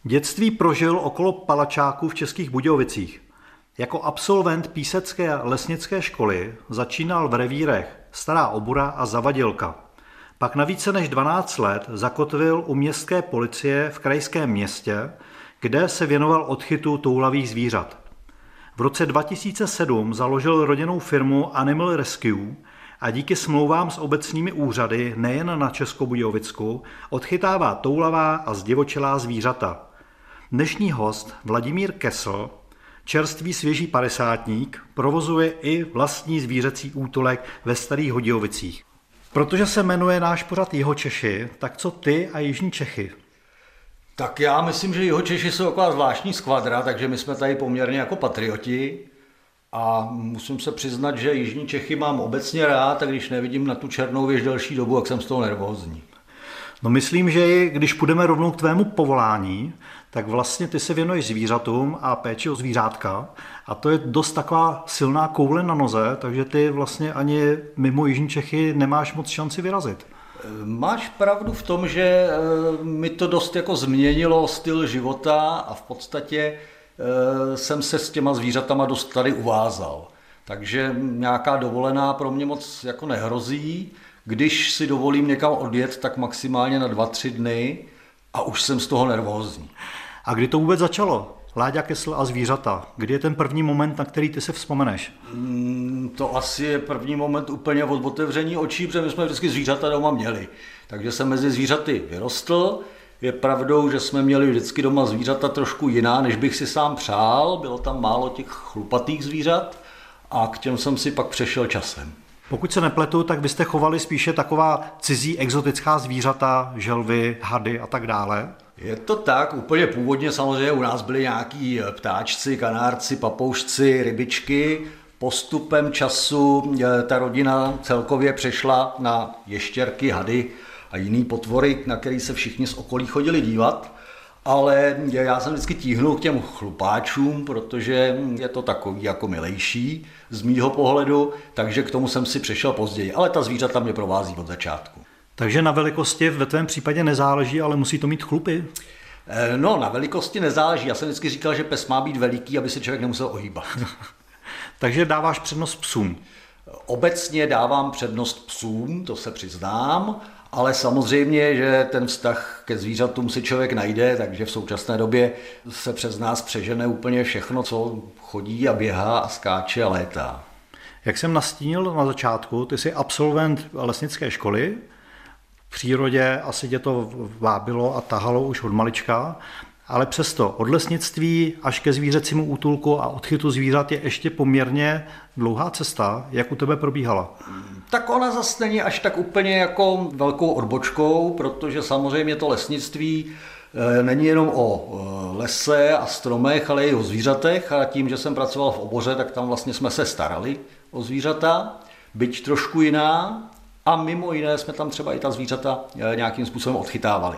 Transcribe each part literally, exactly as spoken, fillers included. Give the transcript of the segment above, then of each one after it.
Dětství prožil okolo Palačáků v Českých Budějovicích. Jako absolvent písecké lesnické školy začínal v revírech Stará Obura a Zavadilka. Pak na více než dvanáct let zakotvil u městské policie v krajském městě, kde se věnoval odchytu toulavých zvířat. V roce dva tisíce sedm založil rodinnou firmu Animal Rescue a díky smlouvám s obecními úřady nejen na Českobudějovicku odchytává toulavá a zdivočelá zvířata. Dnešní host Vladimír Kesl, čerstvý svěží padesátník, provozuje i vlastní zvířecí útulek ve Starých Hodějovicích. Protože se jmenuje náš pořad Jihočeši, tak co ty a Jižní Čechy? Tak já myslím, že Jihočeši jsou taková zvláštní skvadra, takže my jsme tady poměrně jako patrioti a musím se přiznat, že Jižní Čechy mám obecně rád, a když nevidím na tu Černou věž delší dobu, tak jsem z toho nervózní. No myslím, že když půjdeme rovnou k tvému povolání, tak vlastně ty se věnuješ zvířatům a péči o zvířátka a to je dost taková silná koule na noze, takže ty vlastně ani mimo Jižní Čechy nemáš moc šanci vyrazit. Máš pravdu v tom, že mi to dost jako změnilo styl života a v podstatě jsem se s těma zvířatama dost tady uvázal. Takže nějaká dovolená pro mě moc jako nehrozí. Když si dovolím někam odjet, tak maximálně na dva, tři dny a už jsem z toho nervózní. A kdy to vůbec začalo? Láďa Kesl a zvířata. Kdy je ten první moment, na který ty se vzpomeneš? Mm, to asi je první moment úplně od otevření očí, protože my jsme vždycky zvířata doma měli. Takže jsem mezi zvířaty vyrostl. Je pravdou, že jsme měli vždycky doma zvířata trošku jiná, než bych si sám přál. Bylo tam málo těch chlupatých zvířat a k těm jsem si pak přešel časem. Pokud se nepletu, tak byste chovali spíše taková cizí exotická zvířata, želvy, hady a tak dále? Je to tak, úplně původně samozřejmě u nás byli nějaký ptáčci, kanárci, papoušci, rybičky. Postupem času ta rodina celkově přešla na ještěrky, hady a jiný potvory, na který se všichni z okolí chodili dívat. Ale já jsem vždycky tíhnul k těm chlupáčům, protože je to takový jako milejší z mýho pohledu, takže k tomu jsem si přešel později. Ale ta zvířata mě provází od začátku. Takže na velikosti ve tvém případě nezáleží, ale musí to mít chlupy? No, na velikosti nezáleží. Já jsem vždycky říkal, že pes má být veliký, aby se člověk nemusel ohýbat. Takže dáváš přednost psům? Obecně dávám přednost psům, to se přiznám, ale samozřejmě, že ten vztah ke zvířatům si člověk najde, takže v současné době se přes nás přežene úplně všechno, co chodí a běhá a skáče a létá. Jak jsem nastínil na začátku, ty jsi absolvent lesnické školy. V přírodě asi tě to vábilo a tahalo už od malička, ale přesto od lesnictví až ke zvířecímu útulku a odchytu zvířat je ještě poměrně dlouhá cesta. Jak u tebe probíhala? Tak ona zase není až tak úplně jako velkou odbočkou, protože samozřejmě to lesnictví není jenom o lese a stromech, ale i o zvířatech a tím, že jsem pracoval v oboře, tak tam vlastně jsme se starali o zvířata, byť trošku jiná a mimo jiné jsme tam třeba i ta zvířata nějakým způsobem odchytávali.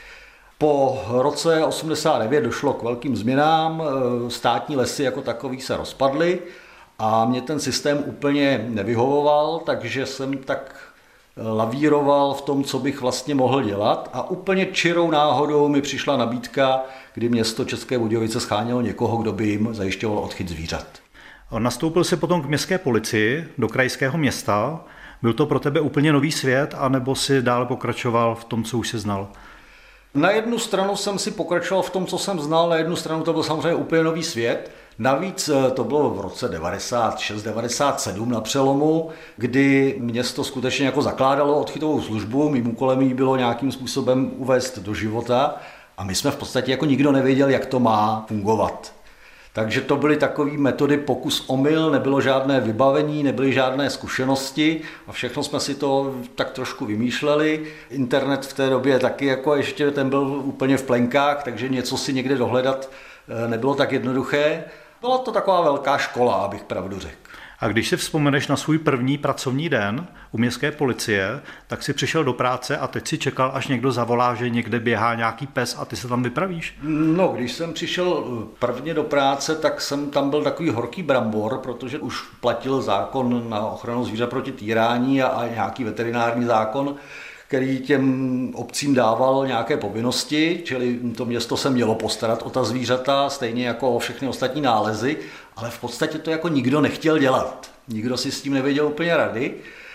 Po roce osmdesát devět došlo k velkým změnám, státní lesy jako takový se rozpadly a mě ten systém úplně nevyhovoval, takže jsem tak lavíroval v tom, co bych vlastně mohl dělat a úplně čirou náhodou mi přišla nabídka, kdy město České Budějovice schánělo někoho, kdo by jim zajišťoval odchyt zvířat. Nastoupil jsi potom k městské policii do krajského města. Byl to pro tebe úplně nový svět, anebo si dále pokračoval v tom, co už jsi znal? Na jednu stranu jsem si pokračoval v tom, co jsem znal, na jednu stranu to byl samozřejmě úplně nový svět. Navíc to bylo v roce devadesát šest devadesát sedm na přelomu, kdy město skutečně jako zakládalo odchytovou službu, mým úkolem jí bylo nějakým způsobem uvést do života a my jsme v podstatě jako nikdo nevěděl, jak to má fungovat. Takže to byly takové metody pokus omyl, nebylo žádné vybavení, nebyly žádné zkušenosti a všechno jsme si to tak trošku vymýšleli. Internet v té době taky jako ještě ten byl úplně v plenkách, takže něco si někde dohledat nebylo tak jednoduché. Byla to taková velká škola, abych pravdu řekl. A když si vzpomeneš na svůj první pracovní den u městské policie, tak si přišel do práce a teď si čekal, až někdo zavolá, že někde běhá nějaký pes a ty se tam vypravíš? No, když jsem přišel prvně do práce, tak jsem tam byl takový horký brambor, protože už platil zákon na ochranu zvířat proti týrání a, a nějaký veterinární zákon, který těm obcím dával nějaké povinnosti, čili to město se mělo postarat o ta zvířata, stejně jako o všechny ostatní nálezy, ale v podstatě to jako nikdo nechtěl dělat. Nikdo si s tím nevěděl úplně rady,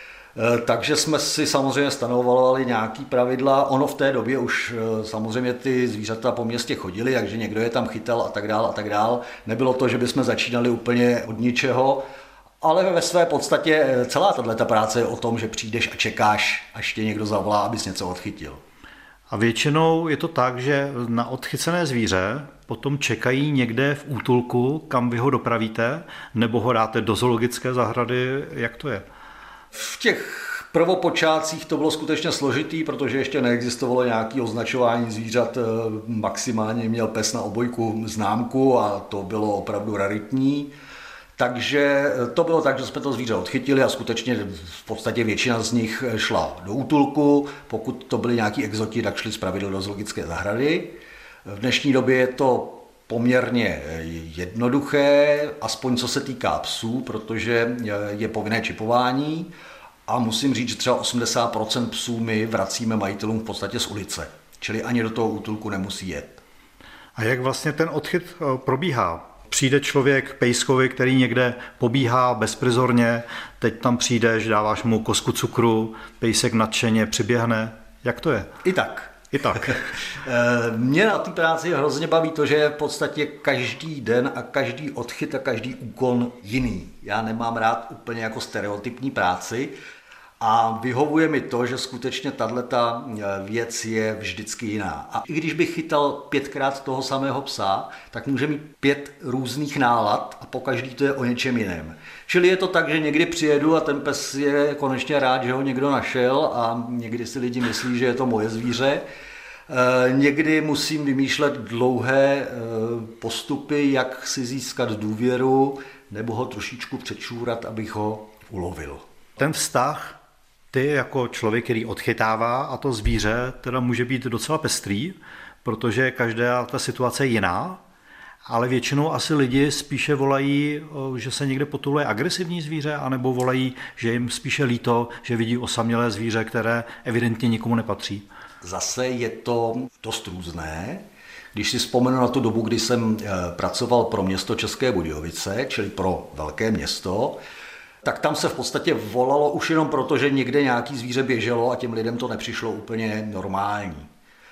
takže jsme si samozřejmě stanovovali nějaký pravidla. Ono v té době už samozřejmě ty zvířata po městě chodily, takže někdo je tam chytal a tak dál a tak dál. Nebylo to, že bychom začínali úplně od ničeho, ale ve své podstatě celá tato práce je o tom, že přijdeš a čekáš, až tě někdo zavolá, abys něco odchytil. A většinou je to tak, že na odchycené zvíře potom čekají někde v útulku, kam vy ho dopravíte, nebo ho dáte do zoologické zahrady, jak to je? V těch prvopočátcích to bylo skutečně složitý, protože ještě neexistovalo nějaké označování zvířat, maximálně měl pes na obojku známku a to bylo opravdu raritní. Takže to bylo tak, že jsme to zvíře odchytili a skutečně v podstatě většina z nich šla do útulku. Pokud to byly nějaký exoti, tak šli zpravidla do zoologické zahrady. V dnešní době je to poměrně jednoduché, aspoň co se týká psů, protože je povinné čipování a musím říct, že třeba osmdesát procent psů my vracíme majitelům v podstatě z ulice, čili ani do toho útulku nemusí jet. A jak vlastně ten odchyt probíhá? Přijde člověk pejskovi, který někde pobíhá bezprizorně, teď tam přijdeš, dáváš mu kosku cukru, pejsek nadšeně přiběhne. Jak to je? I tak. I tak. Mě na té práci hrozně baví to, že je v podstatě každý den a každý odchyt a každý úkon jiný. Já nemám rád úplně jako stereotypní práci a vyhovuje mi to, že skutečně tato věc je vždycky jiná. A i když bych chytal pětkrát toho samého psa, tak může mít pět různých nálad a po každý to je o něčem jiném. Čili je to tak, že někdy přijedu a ten pes je konečně rád, že ho někdo našel a někdy si lidi myslí, že je to moje zvíře. Někdy musím vymýšlet dlouhé postupy, jak si získat důvěru nebo ho trošičku přečůrat, abych ho ulovil. Ten vztah ty jako člověk, který odchytává, a to zvíře teda může být docela pestrý, protože každá ta situace je jiná, ale většinou asi lidi spíše volají, že se někde potuluje agresivní zvíře, anebo volají, že jim spíše líto, že vidí osamělé zvíře, které evidentně nikomu nepatří. Zase je to dost různé. Když si vzpomenu na tu dobu, kdy jsem pracoval pro město České Budějovice, čili pro velké město, tak tam se v podstatě volalo už jenom proto, že někde nějaký zvíře běželo a těm lidem to nepřišlo úplně normální.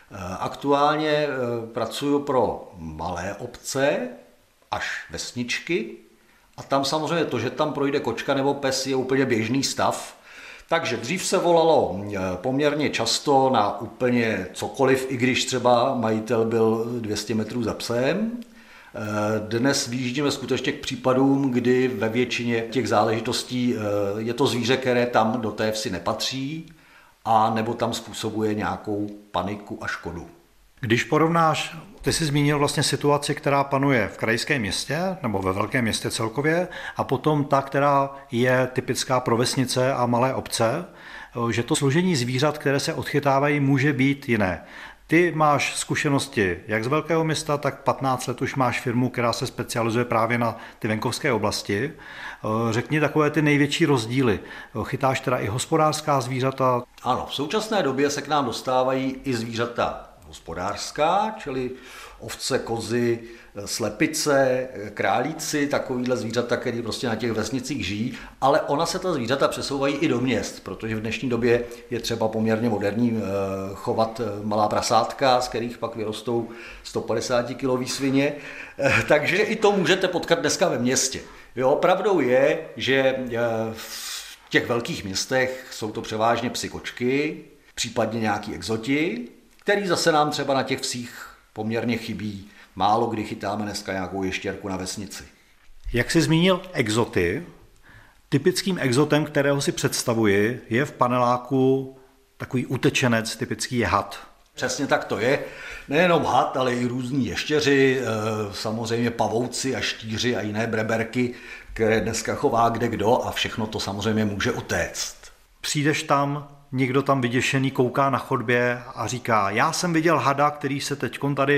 Aktuálně pracuji pro malé obce až vesničky a tam samozřejmě to, že tam projde kočka nebo pes, je úplně běžný stav. Takže dřív se volalo poměrně často na úplně cokoliv, i když třeba majitel byl dvě stě metrů za psem. Dnes vyjíždíme skutečně k případům, kdy ve většině těch záležitostí je to zvíře, které tam do té vsi nepatří, a nebo tam způsobuje nějakou paniku a škodu. Když porovnáš, ty jsi zmínil vlastně situaci, která panuje v krajském městě nebo ve velkém městě celkově, a potom ta, která je typická pro vesnice a malé obce, že to složení zvířat, které se odchytávají, může být jiné. Ty máš zkušenosti jak z velkého města, tak patnáct let už máš firmu, která se specializuje právě na ty venkovské oblasti. Řekni takové ty největší rozdíly. Chytáš teda i hospodářská zvířata? Ano, v současné době se k nám dostávají i zvířata hospodářská, čili ovce, kozy, slepice, králíci, takovýhle zvířata, které prostě na těch vesnicích žijí, ale ona se ta zvířata přesouvají i do měst, protože v dnešní době je třeba poměrně moderní chovat malá prasátka, z kterých pak vyrostou sto padesát kilový svině, takže i to můžete potkat dneska ve městě. Jo, pravdou je, že v těch velkých městech jsou to převážně psy, kočky, případně nějaký exoti, který zase nám třeba na těch vsích poměrně chybí. Málo kdy chytáme dneska nějakou ještěrku na vesnici. Jak jsi zmínil exoty, typickým exotem, kterého si představuji, je v paneláku takový utečenec, typický je had. Přesně tak to je. Nejenom had, ale i různí ještěři, samozřejmě pavouci a štíři a jiné breberky, které dneska chová kde kdo, a všechno to samozřejmě může utéct. Přijdeš tam, někdo tam vyděšený kouká na chodbě a říká, já jsem viděl hada, který se teďkon tady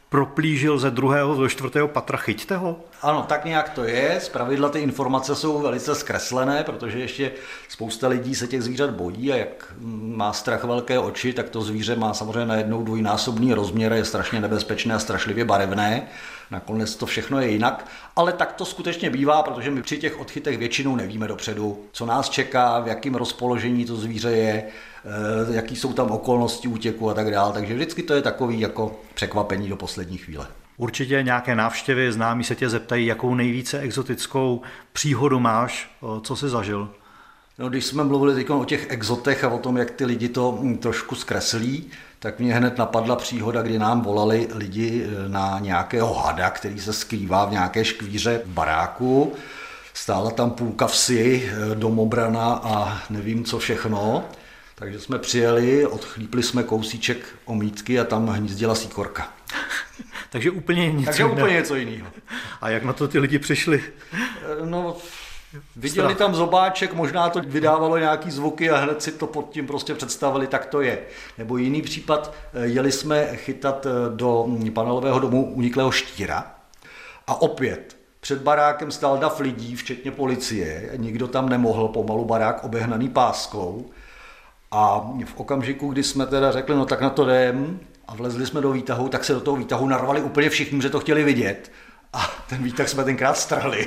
proplížil ze druhého do čtvrtého patra, chyťte ho? Ano, tak nějak to je. Zpravidla ty informace jsou velice zkreslené, protože ještě spousta lidí se těch zvířat bojí a jak má strach velké oči, tak to zvíře má samozřejmě najednou dvojnásobný rozměr, je strašně nebezpečné a strašlivě barevné. Nakonec to všechno je jinak, ale tak to skutečně bývá, protože my při těch odchytech většinou nevíme dopředu, co nás čeká, v jakém rozpoložení to zvíře je, jaký jsou tam okolnosti útěku a tak dále. Takže vždycky to je takový jako překvapení do poslední chvíle. Určitě nějaké návštěvy, známí se tě zeptají, jakou nejvíce exotickou příhodu máš, co jsi zažil? No, když jsme mluvili teď o těch exotech a o tom, jak ty lidi to trošku zkreslí, tak mě hned napadla příhoda, kdy nám volali lidi na nějakého hada, který se skrývá v nějaké škvíře v baráku. Stála tam půlka vsi, domobrana a nevím co všechno. Takže jsme přijeli, odchlípli jsme kousíček omítky a tam hnízdila síkorka. Takže úplně něco Takže úplně něco jiného. A jak na to ty lidi přišli? No, viděli tam zobáček, možná to vydávalo nějaký zvuky a hned si to pod tím prostě představili, tak to je. Nebo jiný případ, jeli jsme chytat do panelového domu uniklého štíra a opět před barákem stál dav lidí, včetně policie, nikdo tam nemohl, pomalu barák obehnaný páskou. A v okamžiku, kdy jsme teda řekli, no tak na to jdem a vlezli jsme do výtahu, tak se do toho výtahu narvali úplně všichni, že to chtěli vidět. A ten výtah jsme tenkrát strhli.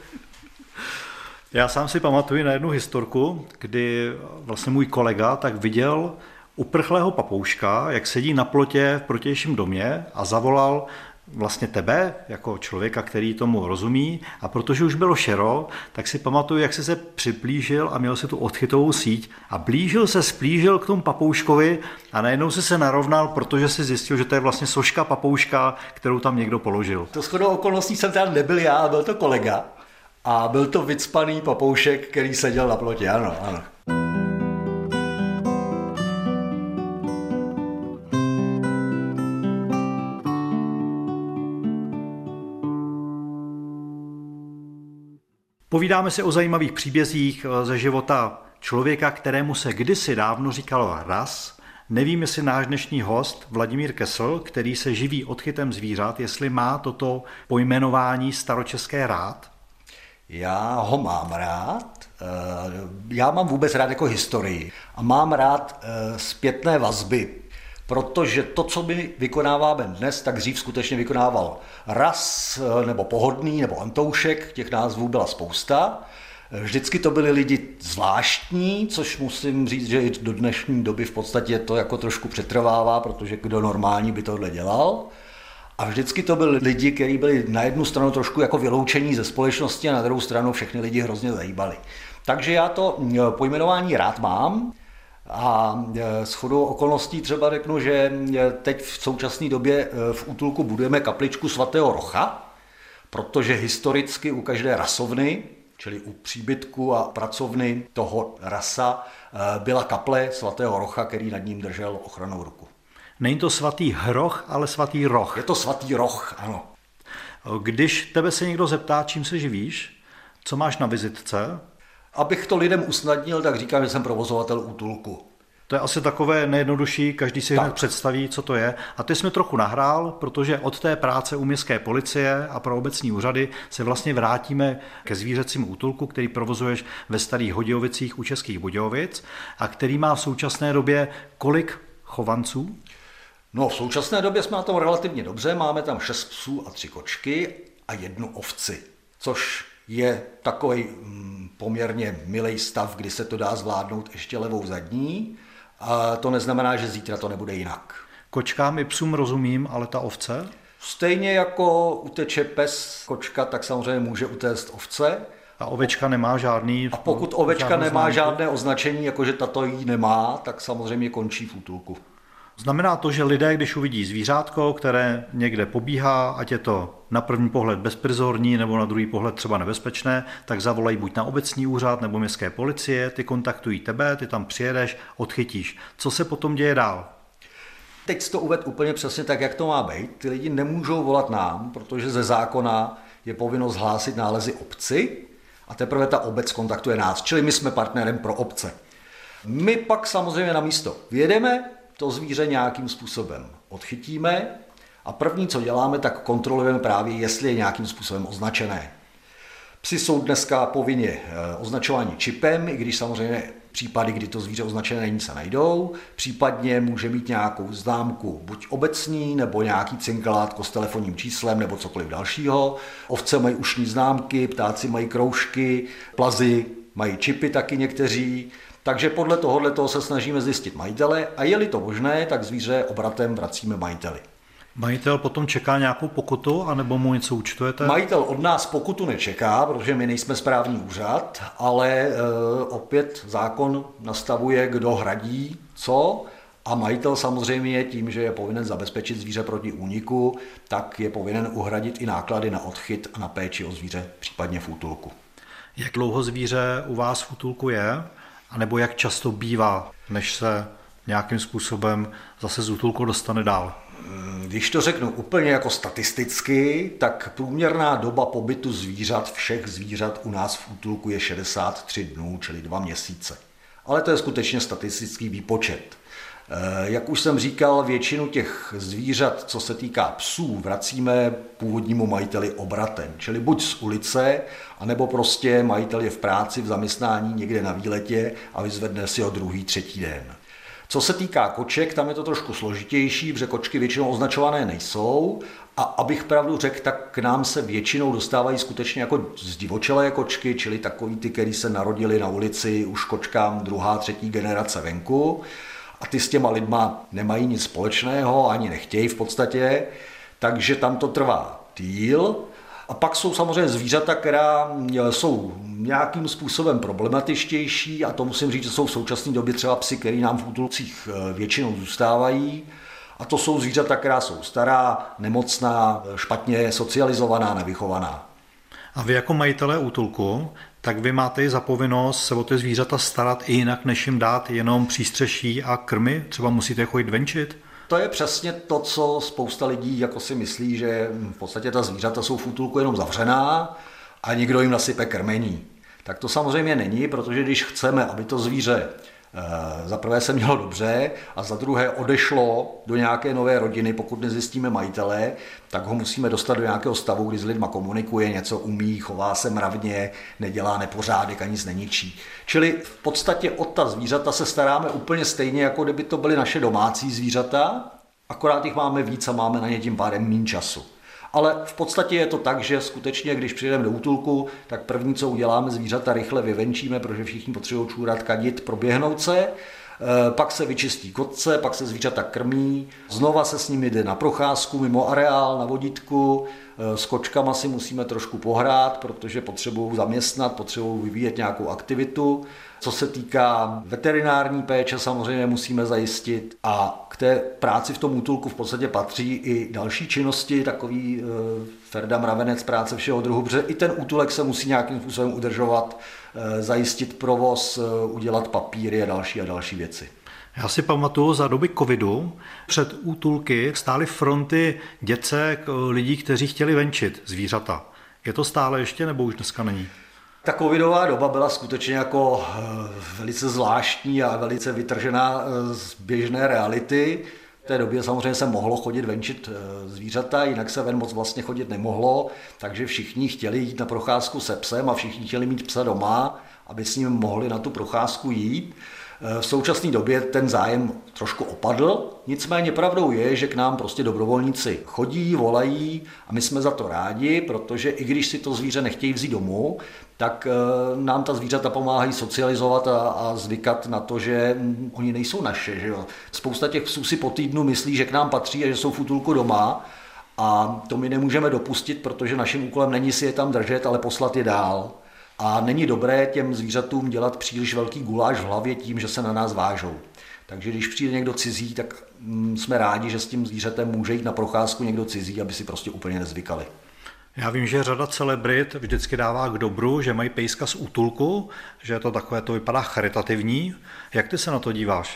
Já sám si pamatuju na jednu historku, kdy vlastně můj kolega tak viděl uprchlého papouška, jak sedí na plotě v protějším domě a zavolal vlastně tebe, jako člověka, který tomu rozumí, a protože už bylo šero, tak si pamatuju, jak jsi se přiblížil a měl si tu odchytovou síť a blížil se, splížil k tomu papouškovi a najednou si se narovnal, protože si zjistil, že to je vlastně soška papouška, kterou tam někdo položil. To shodou okolností jsem tam nebyl já, ale byl to kolega a byl to vycpaný papoušek, který seděl na plotě, ano, ano. Povídáme si o zajímavých příbězích ze života člověka, kterému se kdysi dávno říkalo Ras. Nevím, jestli náš dnešní host Vladimír Kesl, který se živí odchytem zvířat, jestli má toto pojmenování staročeské rád? Já ho mám rád. Já mám vůbec rád jako historii a mám rád zpětné vazby, protože to, co my vykonáváme dnes, tak dřív skutečně vykonával Ras, nebo Pohodný, nebo Antoušek, těch názvů byla spousta. Vždycky to byli lidi zvláštní, což musím říct, že i do dnešní doby v podstatě to jako trošku přetrvává, protože kdo normální by tohle dělal. A vždycky to byli lidi, kteří byli na jednu stranu trošku jako vyloučení ze společnosti a na druhou stranu všechny lidi hrozně zajíbali. Takže já to pojmenování rád mám. A shodou okolností třeba řeknu, že teď v současné době v útulku budujeme kapličku svatého Rocha, protože historicky u každé rasovny, čili u příbytku a pracovny toho rasa, byla kaple svatého Rocha, který nad ním držel ochrannou ruku. Není to svatý Hroch, ale svatý Roch. Je to svatý Roch, ano. Když tebe se někdo zeptá, čím se živíš, co máš na vizitce? Abych to lidem usnadnil, tak říkám, že jsem provozovatel útulku. To je asi takové nejjednodušší, každý si hned představí, co to je. A ty jsi mi trochu nahrál, protože od té práce u městské policie a pro obecní úřady se vlastně vrátíme ke zvířecímu útulku, který provozuješ ve Starých Hodějovicích u Českých Budějovic a který má v současné době kolik chovanců? No, v současné době jsme na tom relativně dobře, máme tam šest psů a tři kočky a jednu ovci, což je takový mm, poměrně milej stav, kdy se to dá zvládnout ještě levou zadní. A to neznamená, že zítra to nebude jinak. Kočkám i psům rozumím, ale ta ovce? Stejně jako uteče pes kočka, tak samozřejmě může utéct ovce. A ovečka nemá žádný... A pokud ovečka nemá známku, žádné označení, jakože tato jí nemá, tak samozřejmě končí v útulku. Znamená to, že lidé, když uvidí zvířátko, které někde pobíhá, ať je to na první pohled bezprizorní nebo na druhý pohled třeba nebezpečné, tak zavolají buď na obecní úřad nebo městské policie, ty kontaktují tebe, ty tam přijedeš, odchytíš. Co se potom děje dál? Teď jsi to uvedl úplně přesně tak, jak to má být. Ty lidi nemůžou volat nám, protože ze zákona je povinnost hlásit nálezy obci a teprve ta obec kontaktuje nás, čili my jsme partnerem pro obce. My pak samozřejmě na místo vyjedeme, to zvíře nějakým způsobem odchytíme A první, co děláme, tak kontrolujeme právě, jestli je nějakým způsobem označené. Psi jsou dneska povinně označováni čipem, i když samozřejmě případy, kdy to zvíře označené není, se najdou. Případně může mít nějakou známku buď obecní, nebo nějaký cinkelátko s telefonním číslem, nebo cokoliv dalšího. Ovce mají ušní známky, ptáci mají kroužky, plazy mají čipy taky někteří. Takže podle tohoto se snažíme zjistit majitele a je-li to možné, tak zvíře obratem vracíme majiteli. Majitel potom čeká nějakou pokutu, anebo mu něco účtujete? Majitel od nás pokutu nečeká, protože my nejsme správní úřad, ale e, opět zákon nastavuje, kdo hradí co, a majitel samozřejmě tím, že je povinen zabezpečit zvíře proti úniku, tak je povinen uhradit i náklady na odchyt a na péči o zvíře, případně v útulku. Jak dlouho zvíře u vás v útulku je, anebo jak často bývá, než se nějakým způsobem zase z útulku dostane dál? Když to řeknu úplně jako statisticky, tak průměrná doba pobytu zvířat, všech zvířat u nás v útulku je šedesát tři dnů, čili dva měsíce. Ale to je skutečně statistický výpočet. Jak už jsem říkal, většinu těch zvířat, co se týká psů, vracíme původnímu majiteli obratem, čili buď z ulice, anebo prostě majitel je v práci, v zaměstnání, někde na výletě a vyzvedne si ho druhý, třetí den. Co se týká koček, tam je to trošku složitější, protože kočky většinou označované nejsou a abych pravdu řekl, tak k nám se většinou dostávají skutečně jako zdivočelé kočky, čili takový ty, který se narodili na ulici už kočkám druhá, třetí generace venku a ty s těma lidma nemají nic společného, ani nechtějí v podstatě, takže tam to trvá díl. A pak jsou samozřejmě zvířata, která jsou nějakým způsobem problematičtější a to musím říct, že jsou v současné době třeba psy, který nám v útulcích většinou zůstávají. A to jsou zvířata, která jsou stará, nemocná, špatně socializovaná, nevychovaná. A vy jako majitelé útulku, tak vy máte i za povinnost se o ty zvířata starat i jinak, než jim dát jenom přístřeší a krmy? Třeba musíte chodit venčit? To je přesně to, co spousta lidí jako si myslí, že v podstatě ta zvířata jsou v útulku jenom zavřená a nikdo jim nasype krmení. Tak to samozřejmě není, protože když chceme, aby to zvíře za prvé se mělo dobře a za druhé odešlo do nějaké nové rodiny, pokud nezjistíme majitele, tak ho musíme dostat do nějakého stavu, kdy s lidma komunikuje, něco umí, chová se mravně, nedělá nepořádek a nic neničí. Čili v podstatě o ta zvířata se staráme úplně stejně, jako kdyby to byly naše domácí zvířata, akorát jich máme víc a máme na ně tím pádem méně času. Ale v podstatě je to tak, že skutečně, když přijdeme do útulku, tak první, co uděláme, zvířata rychle vyvenčíme, protože všichni potřebují čůrat, kadit, proběhnout se, pak se vyčistí kotce, pak se zvířata krmí, znova se s nimi jde na procházku mimo areál, na vodítku, s kočkama si musíme trošku pohrát, protože potřebují zaměstnat, potřebují vyvíjet nějakou aktivitu. Co se týká veterinární péče, samozřejmě musíme zajistit a k té práci v tom útulku v podstatě patří i další činnosti, takový e, Ferda mravenec, práce všeho druhu, protože i ten útulek se musí nějakým způsobem udržovat, e, zajistit provoz, e, udělat papíry a další a další věci. Já si pamatuju, za doby covidu před útulky stály fronty děcek, lidí, kteří chtěli venčit zvířata. Je to stále ještě, nebo už dneska není? Ta covidová doba byla skutečně jako velice zvláštní a velice vytržená z běžné reality. V té době samozřejmě se mohlo chodit venčit zvířata, jinak se ven moc vlastně chodit nemohlo, takže všichni chtěli jít na procházku se psem a všichni chtěli mít psa doma, aby s ním mohli na tu procházku jít. V současné době ten zájem trošku opadl, nicméně pravdou je, že k nám prostě dobrovolníci chodí, volají a my jsme za to rádi, protože i když si to zvíře nechtějí vzít domů, tak nám ta zvířata pomáhají socializovat a, a zvykat na to, že oni nejsou naše. Že jo? Spousta těch psů si po týdnu myslí, že k nám patří a že jsou v útulku doma a to my nemůžeme dopustit, protože naším úkolem není si je tam držet, ale poslat je dál. A není dobré těm zvířatům dělat příliš velký guláš v hlavě tím, že se na nás vážou. Takže když přijde někdo cizí, tak jsme rádi, že s tím zvířetem může jít na procházku někdo cizí, aby si prostě úplně nezvykali. Já vím, že řada celebrit vždycky dává k dobru, že mají pejska z útulku, že to takové to vypadá charitativní. Jak ty se na to díváš?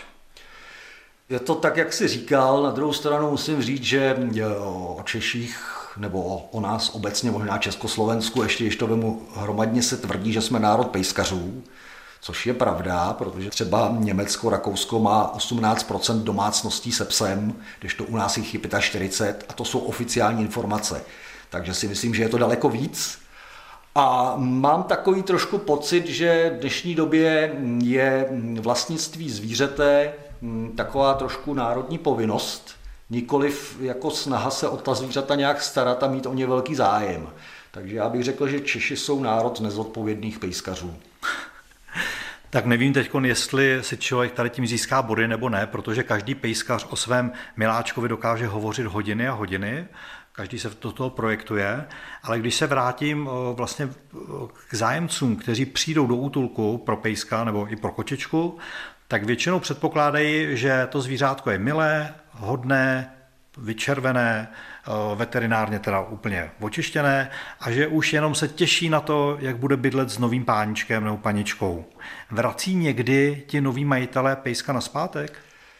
Je to tak, jak jsi říkal. Na druhou stranu musím říct, že o Češích nebo o, o nás obecně, možná Československu, ještě když to vemu hromadně, se tvrdí, že jsme národ pejskařů, což je pravda, protože třeba Německo, Rakousko má osmnáct procent domácností se psem, kdežto u nás jich je čtyřicet pět a to jsou oficiální informace. Takže si myslím, že je to daleko víc. A mám takový trošku pocit, že v dnešní době je vlastnictví zvířete taková trošku národní povinnost, nikoliv jako snaha se o ta zvířata nějak starat a mít o ně velký zájem. Takže já bych řekl, že Češi jsou národ nezodpovědných pejskařů. Tak nevím teď, jestli si člověk tady tím získá body nebo ne, protože každý pejskař o svém miláčkovi dokáže hovořit hodiny a hodiny, každý se do toho projektuje, ale když se vrátím vlastně k zájemcům, kteří přijdou do útulku pro pejska nebo i pro kočičku, tak většinou předpokládají, že to zvířátko je milé, hodné, vyčervené, veterinárně teda úplně očištěné a že už jenom se těší na to, jak bude bydlet s novým páničkem nebo paničkou. Vrací někdy ti noví majitelé pejska nazpátek?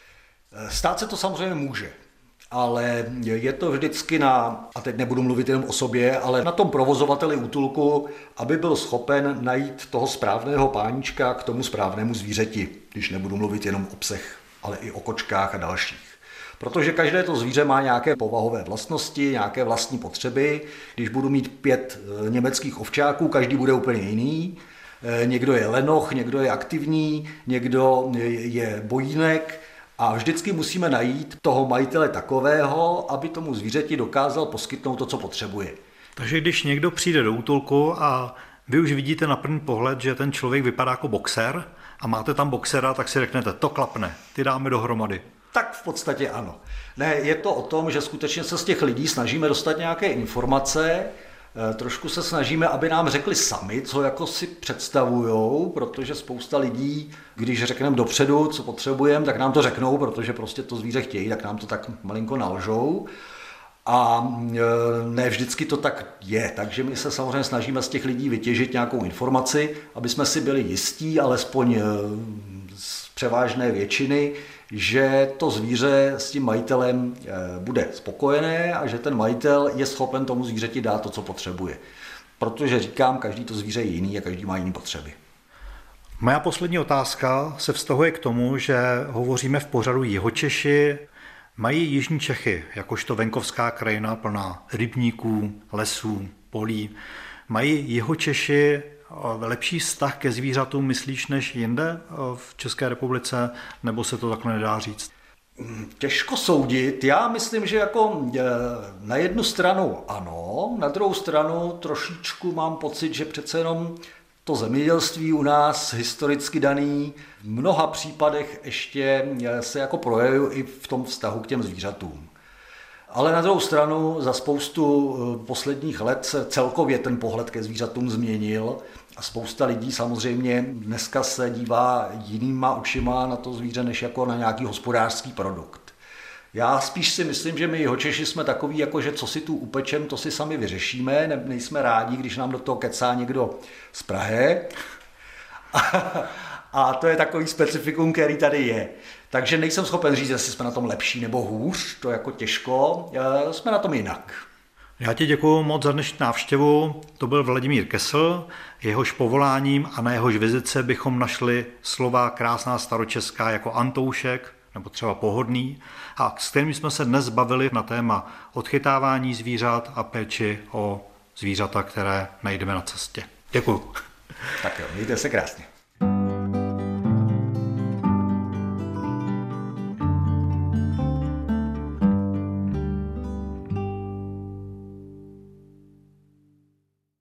Stát se to samozřejmě může, ale je to vždycky na, a teď nebudu mluvit jenom o sobě, ale na tom provozovateli útulku, aby byl schopen najít toho správného pánička k tomu správnému zvířeti, když nebudu mluvit jenom o psech, ale i o kočkách a dalších. Protože každé to zvíře má nějaké povahové vlastnosti, nějaké vlastní potřeby. Když budu mít pět německých ovčáků, každý bude úplně jiný. Někdo je lenoch, někdo je aktivní, někdo je bojínek a vždycky musíme najít toho majitele takového, aby tomu zvířeti dokázal poskytnout to, co potřebuje. Takže když někdo přijde do útulku a vy už vidíte na první pohled, že ten člověk vypadá jako boxer a máte tam boxera, tak si řeknete, to klapne, ty dáme dohromady. Tak v podstatě ano. Ne, je to o tom, že skutečně se z těch lidí snažíme dostat nějaké informace, trošku se snažíme, aby nám řekli sami, co jako si představujou, protože spousta lidí, když řekneme dopředu, co potřebujeme, tak nám to řeknou, protože prostě to zvíře chtějí, tak nám to tak malinko nalžou. A ne vždycky to tak je, takže my se samozřejmě snažíme z těch lidí vytěžit nějakou informaci, aby jsme si byli jistí, alespoň z převážné většiny, že to zvíře s tím majitelem bude spokojené a že ten majitel je schopen tomu zvířeti dát to, co potřebuje. Protože říkám, každý to zvíře je jiný a každý má jiné potřeby. Moja poslední otázka se vztahuje k tomu, že hovoříme v pořadu Jihočeši. Mají jižní Čechy, jakožto venkovská krajina plná rybníků, lesů, polí, mají Jihočeši lepší vztah ke zvířatům, myslíš, než jinde v České republice, nebo se to takhle nedá říct? Těžko soudit. Já myslím, že jako na jednu stranu ano, na druhou stranu trošičku mám pocit, že přece jenom to zemědělství u nás historicky daný v mnoha případech ještě se jako projevuje i v tom vztahu k těm zvířatům. Ale na druhou stranu za spoustu posledních let se celkově ten pohled ke zvířatům změnil a spousta lidí samozřejmě dneska se dívá jinýma očima na to zvíře, než jako na nějaký hospodářský produkt. Já spíš si myslím, že my Jihočeši jsme takový, jako že co si tu upečem, to si sami vyřešíme, ne, nejsme rádi, když nám do toho kecá někdo z Prahy. A to je takový specifikum, který tady je. Takže nejsem schopen říct, jestli jsme na tom lepší nebo hůř, to jako těžko, jsme na tom jinak. Já ti děkuji moc za dnešní návštěvu. To byl Vladimír Kesl, jehož povoláním a na jehož vizice bychom našli slova krásná staročeská jako Antoušek nebo třeba Pohodný, a s kterými jsme se dnes bavili na téma odchytávání zvířat a péči o zvířata, které najdeme na cestě. Děkuji. Tak jo, mějte se krásně.